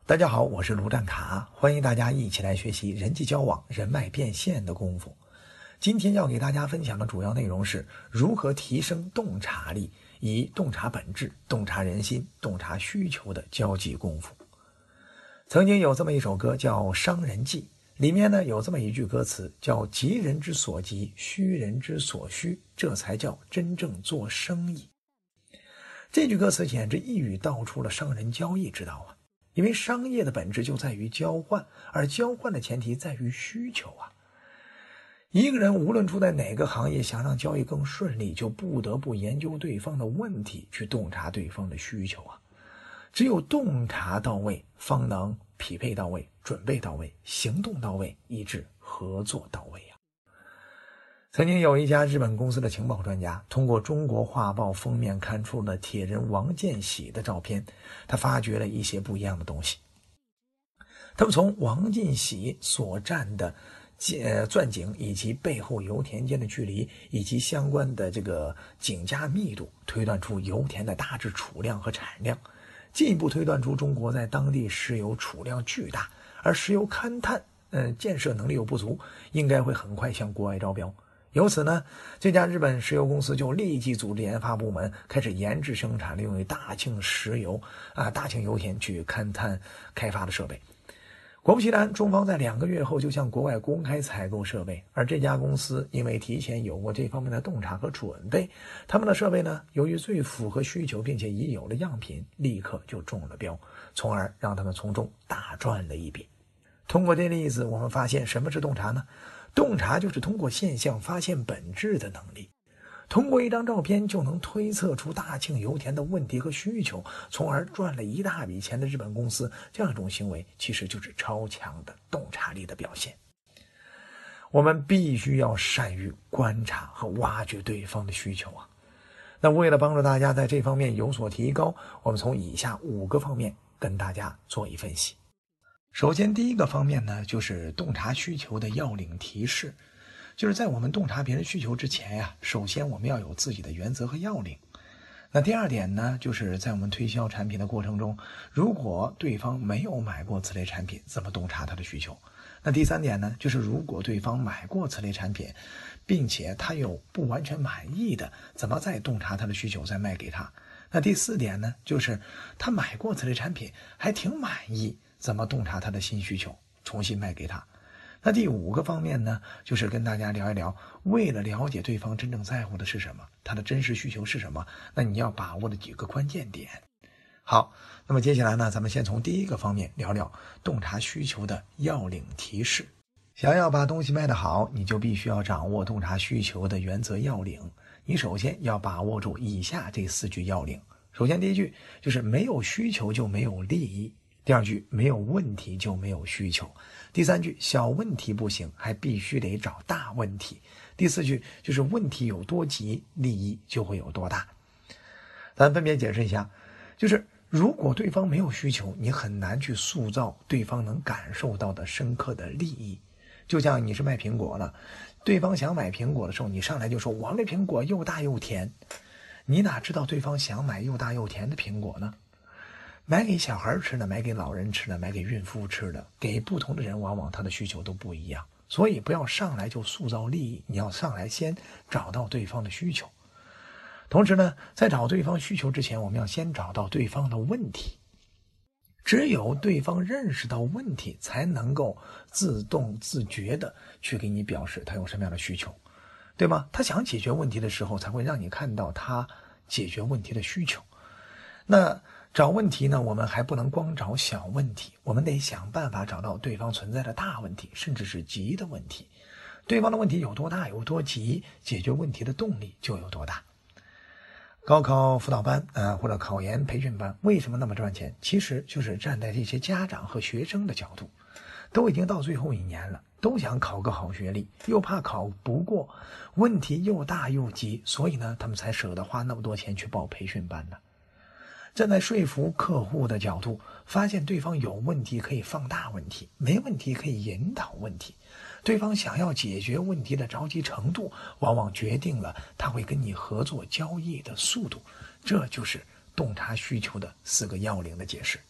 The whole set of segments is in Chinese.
大家好，我是卢占卡，欢迎大家一起来学习人际交往、人脉变现的功夫。今天要给大家分享的主要内容是如何提升洞察力，以洞察本质、洞察人心、洞察需求的交际功夫。曾经有这么一首歌叫《商人记》，里面呢有这么一句歌词叫急人之所急，需人之所需，这才叫真正做生意。这句歌词简直一语道出了商人交易之道啊！因为商业的本质就在于交换，而交换的前提在于需求啊。一个人无论处在哪个行业，想让交易更顺利，就不得不研究对方的问题，去洞察对方的需求啊。只有洞察到位，方能匹配到位，准备到位，行动到位，以致合作到位啊。曾经有一家日本公司的情报专家，通过中国画报封面看出了铁人王见喜的照片，他发掘了一些不一样的东西。他们从王见喜所站的钻井以及背后油田间的距离，以及相关的这个井架密度，推断出油田的大致储量和产量，进一步推断出中国在当地石油储量巨大，而石油勘探建设能力又不足，应该会很快向国外招标。由此呢，这家日本石油公司就立即组织研发部门，开始研制生产利用于大庆石油大庆油田去勘探开发的设备。果不其然，中方在2个月后就向国外公开采购设备，而这家公司因为提前有过这方面的洞察和准备，他们的设备呢，由于最符合需求并且已有的样品，立刻就中了标，从而让他们从中大赚了一笔。通过这例子，我们发现什么是洞察呢？洞察就是通过现象发现本质的能力。通过一张照片就能推测出大庆油田的问题和需求，从而赚了一大笔钱的日本公司，这样一种行为其实就是超强的洞察力的表现。我们必须要善于观察和挖掘对方的需求啊。那为了帮助大家在这方面有所提高，我们从以下5个方面跟大家做一分析。首先第一个方面呢，就是洞察需求的要领提示。就是在我们洞察别人需求之前呀，首先我们要有自己的原则和要领。那第二点呢，就是在我们推销产品的过程中，如果对方没有买过此类产品，怎么洞察他的需求？那第三点呢，就是如果对方买过此类产品，并且他有不完全满意的，怎么再洞察他的需求再卖给他？那第4点呢，就是他买过此类产品还挺满意，怎么洞察他的新需求，重新卖给他？那第5个方面呢，就是跟大家聊一聊，为了了解对方真正在乎的是什么，他的真实需求是什么，那你要把握的几个关键点。好，那么接下来呢，咱们先从第一个方面聊聊洞察需求的要领提示。想要把东西卖得好，你就必须要掌握洞察需求的原则要领。你首先要把握住以下这4句要领。首先第一句就是没有需求就没有利益。第2句没有问题就没有需求。第3句小问题不行，还必须得找大问题。第4句就是问题有多急，利益就会有多大。咱分别解释一下，就是如果对方没有需求，你很难去塑造对方能感受到的深刻的利益。就像你是卖苹果了，对方想买苹果的时候，你上来就说我们这苹果又大又甜，你哪知道对方想买又大又甜的苹果呢？买给小孩吃的，买给老人吃的，买给孕妇吃的，给不同的人往往他的需求都不一样。所以不要上来就塑造利益，你要上来先找到对方的需求。同时呢，在找对方需求之前，我们要先找到对方的问题。只有对方认识到问题，才能够自动自觉的去给你表示他有什么样的需求，对吗？他想解决问题的时候，才会让你看到他解决问题的需求。那找问题呢，我们还不能光找小问题，我们得想办法找到对方存在的大问题，甚至是急的问题。对方的问题有多大有多急，解决问题的动力就有多大。高考辅导班或者考研培训班为什么那么赚钱？其实就是站在这些家长和学生的角度，都已经到最后1年了，都想考个好学历，又怕考不过，问题又大又急，所以呢，他们才舍得花那么多钱去报培训班呢。站在说服客户的角度，发现对方有问题可以放大问题，没问题可以引导问题。对方想要解决问题的着急程度，往往决定了他会跟你合作交易的速度。这就是洞察需求的4个要领的解释。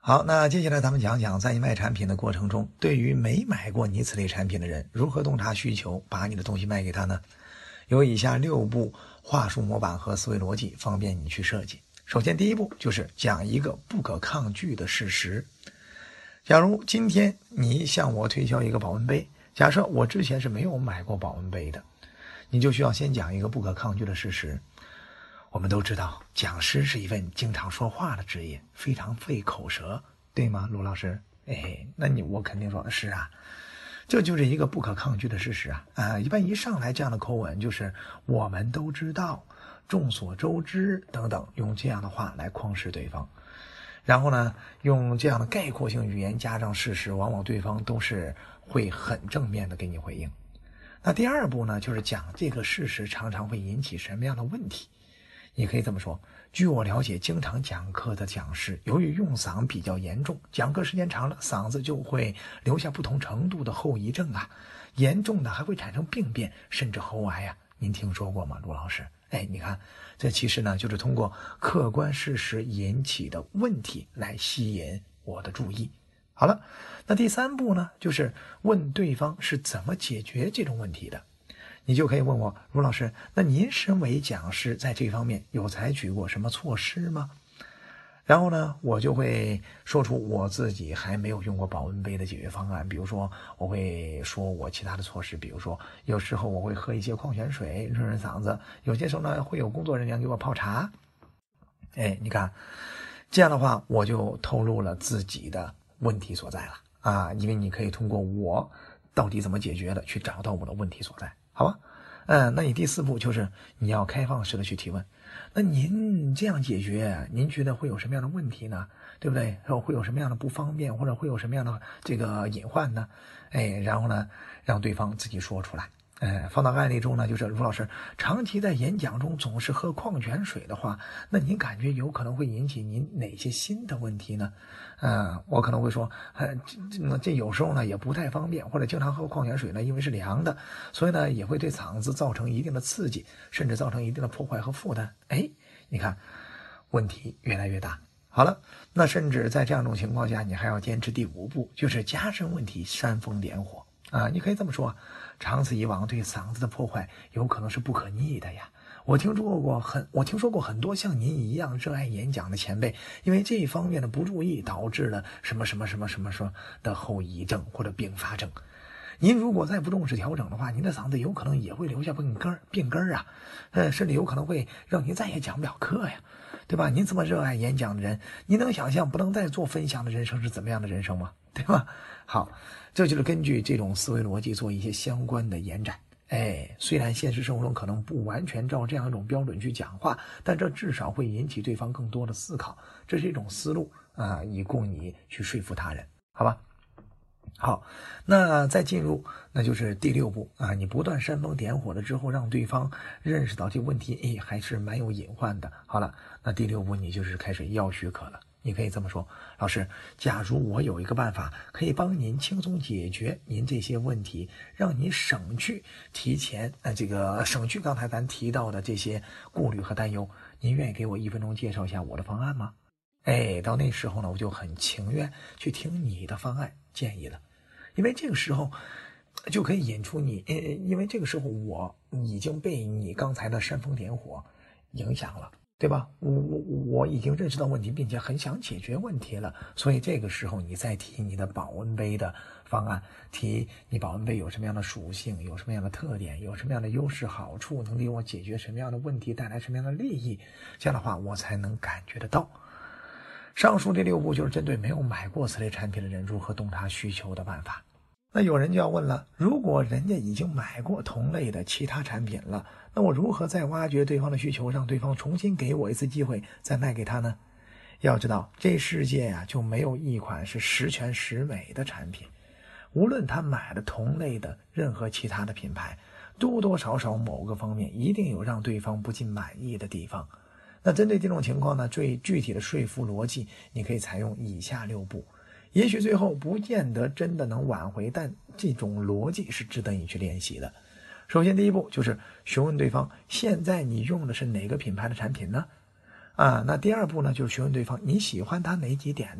好，那接下来咱们讲讲在你卖产品的过程中，对于没买过你此类产品的人，如何洞察需求，把你的东西卖给他呢？有以下6步话术模板和思维逻辑，方便你去设计。首先，第一步就是讲一个不可抗拒的事实。假如今天你向我推销一个保温杯，假设我之前是没有买过保温杯的，你就需要先讲一个不可抗拒的事实。我们都知道，讲师是一份经常说话的职业，非常费口舌，对吗，卢老师？那我肯定说是啊，这就是一个不可抗拒的事实啊！一般一上来这样的口吻就是我们都知道、众所周知等等，用这样的话来框实对方。然后呢，用这样的概括性语言加上事实，往往对方都是会很正面的给你回应。那第二步呢，就是讲这个事实常常会引起什么样的问题。你可以这么说，据我了解，经常讲课的讲师，由于用嗓比较严重，讲课时间长了，嗓子就会留下不同程度的后遗症啊，严重的还会产生病变，甚至喉癌啊。您听说过吗，卢老师？你看，这其实呢，就是通过客观事实引起的问题来吸引我的注意。好了，那第3步呢，就是问对方是怎么解决这种问题的。你就可以问我，卢老师，那您身为讲师在这方面有采取过什么措施吗？然后呢，我就会说出我自己还没有用过保温杯的解决方案。比如说，我会说我其他的措施，比如说有时候我会喝一些矿泉水润润嗓子，有些时候呢会有工作人员给我泡茶。你看，这样的话我就透露了自己的问题所在了啊，因为你可以通过我到底怎么解决的去找到我的问题所在。好吧，那你第4步就是你要开放式的去提问。那您这样解决，您觉得会有什么样的问题呢？对不对？会有什么样的不方便，或者会有什么样的这个隐患呢？然后呢，让对方自己说出来。放到案例中呢，就是卢老师长期在演讲中总是喝矿泉水的话，那您感觉有可能会引起您哪些新的问题呢？我可能会说，这有时候呢也不太方便，或者经常喝矿泉水呢，因为是凉的，所以呢也会对嗓子造成一定的刺激，甚至造成一定的破坏和负担。你看，问题越来越大。好了，那甚至在这样一种情况下，你还要坚持第5步，就是加深问题，煽风点火。你可以这么说，长此以往对嗓子的破坏有可能是不可逆的呀。我听说过很多像您一样热爱演讲的前辈，因为这一方面的不注意，导致了什么的后遗症或者并发症。您如果再不重视调整的话，您的嗓子有可能也会留下病根啊，甚至有可能会让您再也讲不了课呀，对吧？您这么热爱演讲的人，您能想象不能再做分享的人生是怎么样的人生吗？对吧？好，这就是根据这种思维逻辑做一些相关的延展。虽然现实生活中可能不完全照这样一种标准去讲话，但这至少会引起对方更多的思考，这是一种思路以供你去说服他人，好吧？好，那再进入，那就是第6步你不断煽风点火了之后，让对方认识到这个问题，还是蛮有隐患的。好了，那第6步你就是开始要许可了。你可以这么说，老师，假如我有一个办法可以帮您轻松解决您这些问题，让您省去省去刚才咱提到的这些顾虑和担忧，您愿意给我1分钟介绍一下我的方案吗？到那时候呢，我就很情愿去听你的方案建议了，因为这个时候就可以引出你，因为这个时候我已经被你刚才的煽风点火影响了。对吧？我已经认识到问题，并且很想解决问题了，所以这个时候你再提你的保温杯的方案，提你保温杯有什么样的属性，有什么样的特点，有什么样的优势好处，能给我解决什么样的问题，带来什么样的利益，这样的话我才能感觉得到。上述这6步就是针对没有买过此类产品的人如何洞察需求的办法。那有人就要问了，如果人家已经买过同类的其他产品了，那我如何再挖掘对方的需求，让对方重新给我一次机会再卖给他呢？要知道，这世界就没有一款是十全十美的产品，无论他买了同类的任何其他的品牌，多多少少某个方面一定有让对方不尽满意的地方。那针对这种情况呢，最具体的说服逻辑，你可以采用以下6步。也许最后不见得真的能挽回，但这种逻辑是值得你去练习的。首先第1步就是询问对方，现在你用的是哪个品牌的产品呢？那第2步呢，就是询问对方你喜欢它哪几点呢？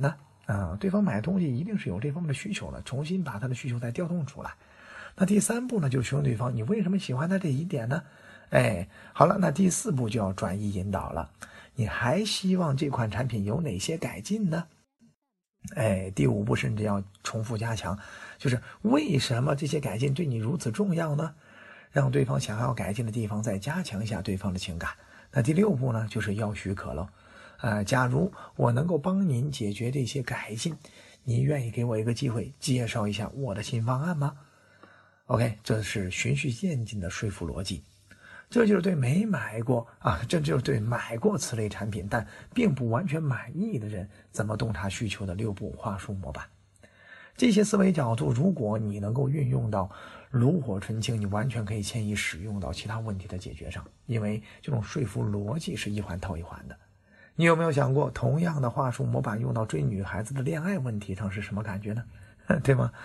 对方买东西一定是有这方面的需求了，重新把他的需求再调动出来。那第3步呢，就是询问对方你为什么喜欢他这一点呢？好了，那第4步就要转移引导了，你还希望这款产品有哪些改进呢？第5步甚至要重复加强，就是为什么这些改进对你如此重要呢？让对方想要改进的地方再加强一下对方的情感。那第6步呢，就是要许可了。假如我能够帮您解决这些改进，您愿意给我一个机会介绍一下我的新方案吗？ OK， 这是循序渐进的说服逻辑。这就是对这就是对买过此类产品但并不完全满意的人怎么洞察需求的6步话术模板。这些思维角度，如果你能够运用到炉火纯青，你完全可以迁移使用到其他问题的解决上，因为这种说服逻辑是一环套一环的。你有没有想过，同样的话术模板用到追女孩子的恋爱问题上是什么感觉呢？对吗？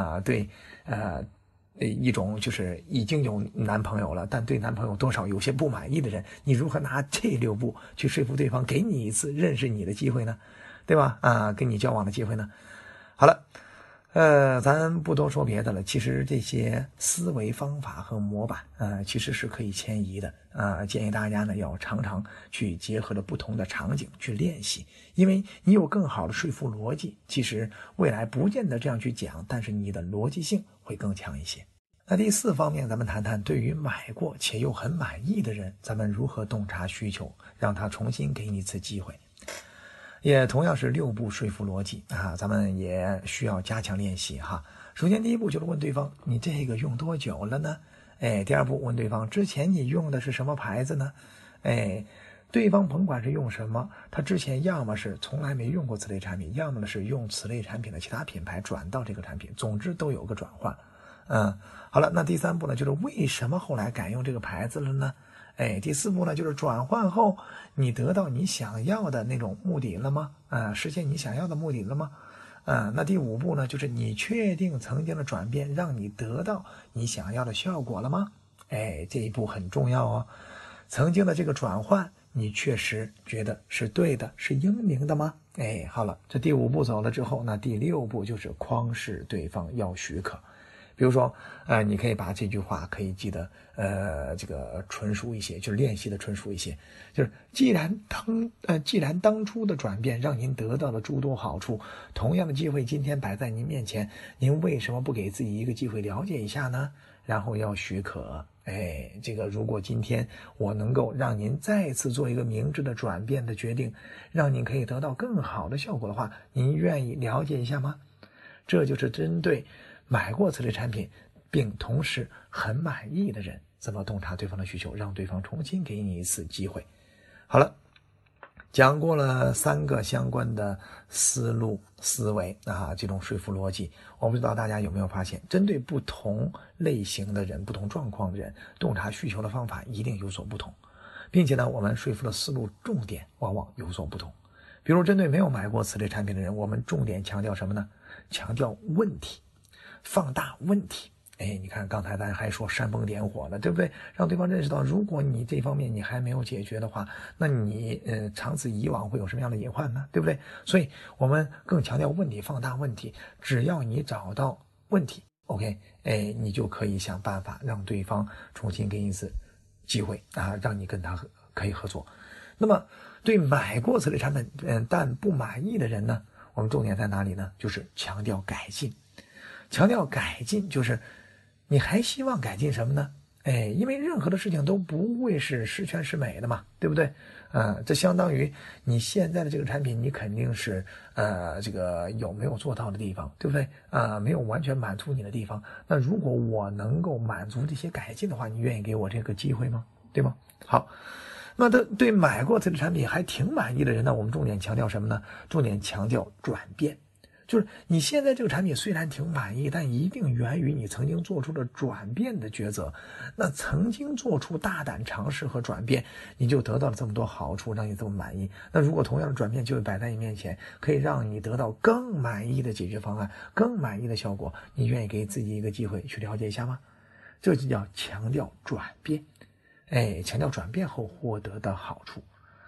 一种就是已经有男朋友了，但对男朋友多少有些不满意的人，你如何拿这6步去说服对方给你一次认识你的机会呢？对吧？跟你交往的机会呢？好了，咱不多说别的了，其实这些思维方法和模板其实是可以迁移的建议大家呢要常常去结合着不同的场景去练习，因为你有更好的说服逻辑，其实未来不见得这样去讲，但是你的逻辑性会更强一些。那第4方面，咱们谈谈对于买过且又很满意的人，咱们如何洞察需求，让他重新给你一次机会。也同样是6步说服逻辑咱们也需要加强练习哈。首先第1步就是问对方你这个用多久了呢？第2步问对方之前你用的是什么牌子呢？对方甭管是用什么，他之前要么是从来没用过此类产品，要么是用此类产品的其他品牌转到这个产品，总之都有个转换。好了，那第3步呢，就是为什么后来改用这个牌子了呢？第4步呢，就是转换后你得到你想要的那种目的了吗？实现你想要的目的了吗？那第5步呢，就是你确定曾经的转变让你得到你想要的效果了吗？这一步很重要哦。曾经的这个转换，你确实觉得是对的，是英明的吗？好了，这第5步走了之后，那第6步就是匡示对方要许可。比如说你可以把这句话可以记得这个纯熟一些，就是练习的纯熟一些，就是既然当初的转变让您得到了诸多好处，同样的机会今天摆在您面前，您为什么不给自己一个机会了解一下呢？然后要许可。这个如果今天我能够让您再次做一个明智的转变的决定，让您可以得到更好的效果的话，您愿意了解一下吗？这就是针对买过此类产品并同时很满意的人，怎么洞察对方的需求，让对方重新给你一次机会。好了，讲过了3个相关的思路思维这种说服逻辑，我不知道大家有没有发现，针对不同类型的人、不同状况的人，洞察需求的方法一定有所不同，并且呢，我们说服的思路重点往往有所不同。比如针对没有买过此类产品的人，我们重点强调什么呢？强调问题，放大问题。你看刚才咱还说煽风点火的，对不对？让对方认识到，如果你这方面你还没有解决的话，那你长此以往会有什么样的隐患呢？对不对？所以我们更强调问题，放大问题。只要你找到问题 ，OK，你就可以想办法让对方重新给你一次机会让你跟他可以合作。那么对买过此类产品但不满意的人呢，我们重点在哪里呢？就是强调改进。强调改进就是你还希望改进什么呢？因为任何的事情都不会是十全十美的嘛，对不对？这相当于你现在的这个产品，你肯定是这个有没有做到的地方，对不对？没有完全满足你的地方。那如果我能够满足这些改进的话，你愿意给我这个机会吗？对吗？好，那对买过这个产品还挺满意的人呢，我们重点强调什么呢？重点强调转变。就是你现在这个产品虽然挺满意，但一定源于你曾经做出的转变的抉择。那曾经做出大胆尝试和转变，你就得到了这么多好处，让你这么满意。那如果同样的转变就摆在你面前，可以让你得到更满意的解决方案，更满意的效果，你愿意给自己一个机会去了解一下吗？这就叫强调转变。强调转变后获得的好处。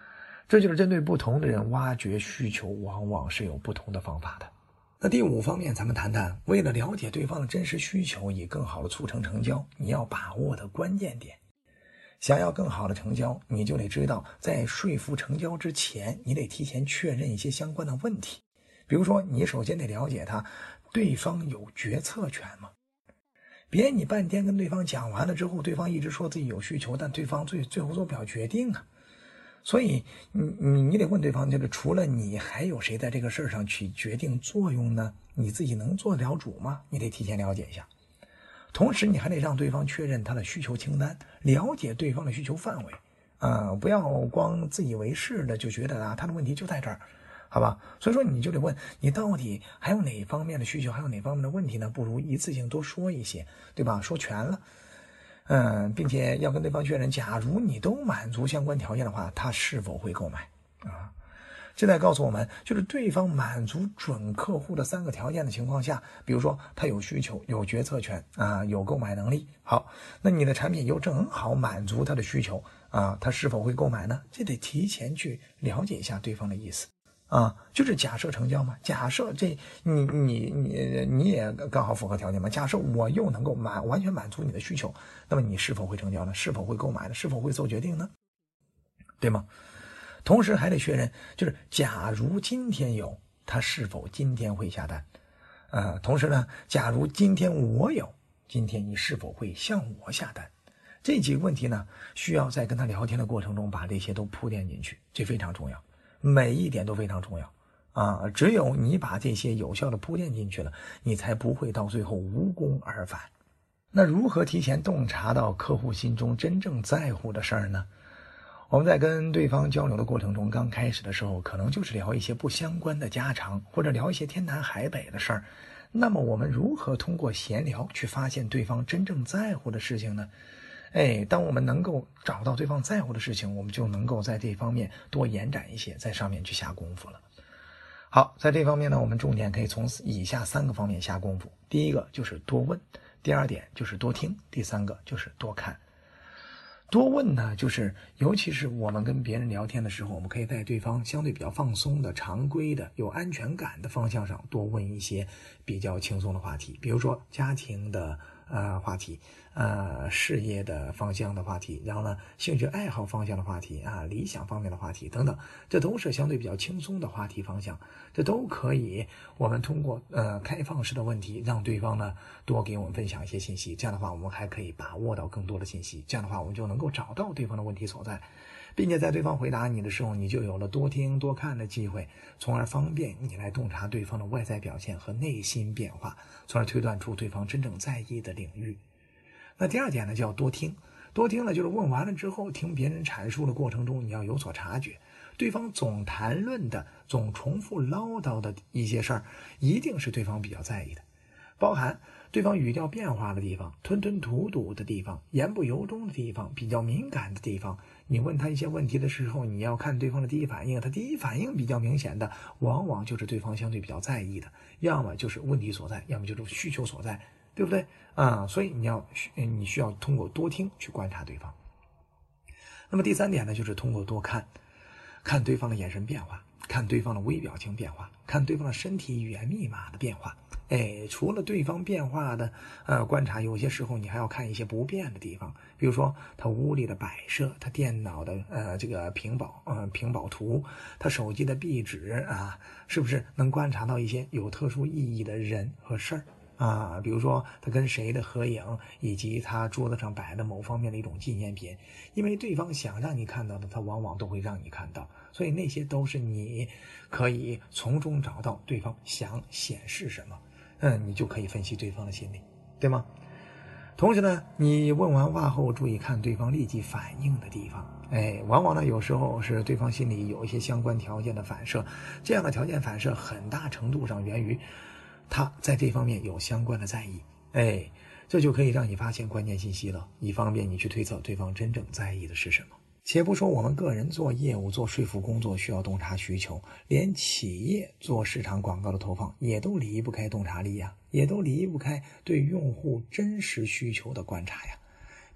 这就是针对不同的人挖掘需求，往往是有不同的方法的。那第5方面，咱们谈谈为了了解对方的真实需求，以更好的促成成交，你要把握的关键点。想要更好的成交，你就得知道，在说服成交之前，你得提前确认一些相关的问题。比如说，你首先得了解对方有决策权吗？别你半天跟对方讲完了之后，对方一直说自己有需求，但对方最后做不了决定啊。所以你得问对方，就是除了你还有谁在这个事儿上起决定作用呢？你自己能做得了主吗？你得提前了解一下。同时你还得让对方确认他的需求清单，了解对方的需求范围不要光自以为是的就觉得他的问题就在这儿，好吧？所以说你就得问，你到底还有哪方面的需求，还有哪方面的问题呢？不如一次性多说一些，对吧？说全了。并且要跟对方确认，假如你都满足相关条件的话，他是否会购买啊？这在告诉我们，就是对方满足准客户的3个条件的情况下，比如说他有需求、有决策权有购买能力，好，那你的产品又正好满足他的需求他是否会购买呢？这得提前去了解一下对方的意思就是假设成交嘛，假设这你也刚好符合条件嘛，假设我又能够完全满足你的需求，那么你是否会成交呢？是否会购买呢？是否会做决定呢？对吗？同时还得确认，就是假如今天有，他是否今天会下单同时呢，假如今天我有，今天你是否会向我下单？这几个问题呢，需要在跟他聊天的过程中把这些都铺垫进去，这非常重要，每一点都非常重要只有你把这些有效的铺垫进去了，你才不会到最后无功而返。那如何提前洞察到客户心中真正在乎的事儿呢？我们在跟对方交流的过程中，刚开始的时候可能就是聊一些不相关的家常，或者聊一些天南海北的事儿。那么我们如何通过闲聊去发现对方真正在乎的事情呢？当我们能够找到对方在乎的事情，我们就能够在这方面多延展一些，在上面去下功夫了。好，在这方面呢，我们重点可以从以下3个方面下功夫。第一个就是多问，第2点就是多听，第3个就是多看。多问呢，就是尤其是我们跟别人聊天的时候，我们可以在对方相对比较放松的、常规的、有安全感的方向上多问一些比较轻松的话题，比如说家庭的话题，事业的方向的话题，然后呢兴趣爱好方向的话题理想方面的话题等等，这都是相对比较轻松的话题方向，这都可以我们通过开放式的问题让对方呢多给我们分享一些信息，这样的话我们还可以把握到更多的信息，这样的话我们就能够找到对方的问题所在，并且在对方回答你的时候，你就有了多听多看的机会，从而方便你来洞察对方的外在表现和内心变化，从而推断出对方真正在意的领域。那第2点呢，叫多听。多听了就是问完了之后，听别人阐述的过程中，你要有所察觉，对方总谈论的、总重复唠叨的一些事儿，一定是对方比较在意的，包含对方语调变化的地方、吞吞吐吐的地方、言不由衷的地方、比较敏感的地方。你问他一些问题的时候，你要看对方的第一反应，他第一反应比较明显的，往往就是对方相对比较在意的，要么就是问题所在，要么就是需求所在，对不对所以你需要通过多听去观察对方。那么第3点呢，就是通过多看，看对方的眼神变化，看对方的微表情变化，看对方的身体语言密码的变化。除了对方变化的观察，有些时候你还要看一些不变的地方，比如说他屋里的摆设，他电脑的这个屏保图，他手机的壁纸是不是能观察到一些有特殊意义的人和事儿比如说他跟谁的合影，以及他桌子上摆的某方面的一种纪念品，因为对方想让你看到的，他往往都会让你看到，所以那些都是你可以从中找到对方想显示什么。你就可以分析对方的心理，对吗？同时呢，你问完话后，注意看对方立即反应的地方。往往呢，有时候是对方心里有一些相关条件的反射，这样的条件反射很大程度上源于他在这方面有相关的在意。这就可以让你发现关键信息了，以方便你去推测对方真正在意的是什么。且不说我们个人做业务做说服工作需要洞察需求，连企业做市场广告的投放也都离不开洞察力也都离不开对用户真实需求的观察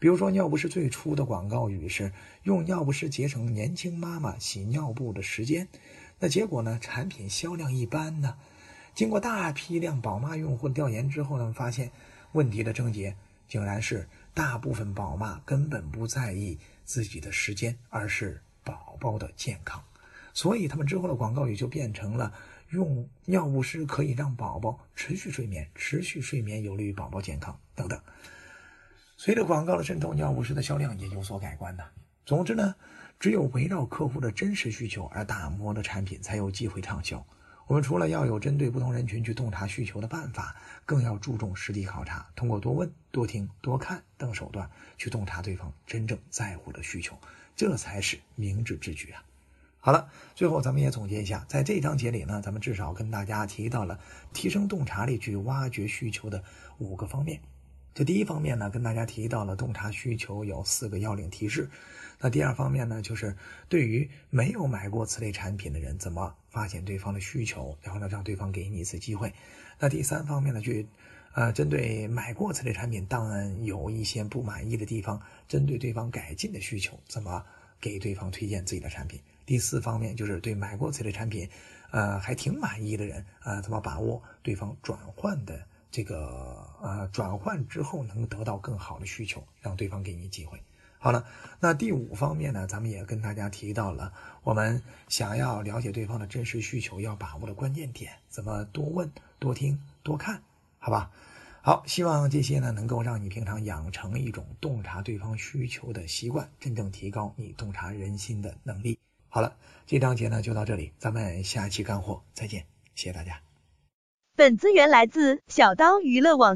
比如说尿不湿最初的广告语是用尿不湿节省年轻妈妈洗尿布的时间，那结果呢，产品销量一般呢。经过大批量宝妈用户的调研之后呢，发现问题的症结竟然是大部分宝妈根本不在意自己的时间，而是宝宝的健康。所以他们之后的广告语就变成了用尿不湿可以让宝宝持续睡眠，持续睡眠有利于宝宝健康等等。随着广告的渗透，尿不湿的销量也有所改观呢。总之呢，只有围绕客户的真实需求而打磨的产品才有机会畅销。我们除了要有针对不同人群去洞察需求的办法，更要注重实地考察，通过多问、多听、多看等手段去洞察对方真正在乎的需求，这才是明智之举啊。好了，最后咱们也总结一下，在这章节里呢，咱们至少跟大家提到了提升洞察力去挖掘需求的5个方面。这第一方面呢，跟大家提到了洞察需求有4个要领提示。那第二方面呢，就是对于没有买过此类产品的人，怎么发现对方的需求，然后呢，让对方给你一次机会。那第三方面呢，去针对买过此类产品，当然有一些不满意的地方，针对对方改进的需求，怎么给对方推荐自己的产品。第4方面就是对买过此类产品还挺满意的人怎么把握对方转换的这个转换之后能得到更好的需求，让对方给你机会。好了，那第5方面呢，咱们也跟大家提到了我们想要了解对方的真实需求要把握的关键点，怎么多问、多听、多看，好吧？好，希望这些呢能够让你平常养成一种洞察对方需求的习惯，真正提高你洞察人心的能力。好了，这章节呢就到这里，咱们下期干货再见，谢谢大家。 本资源来自小刀娱乐网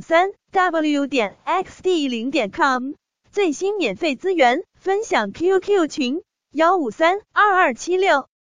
3w.xd0.com， 最新免费资源分享 QQ 群1532276。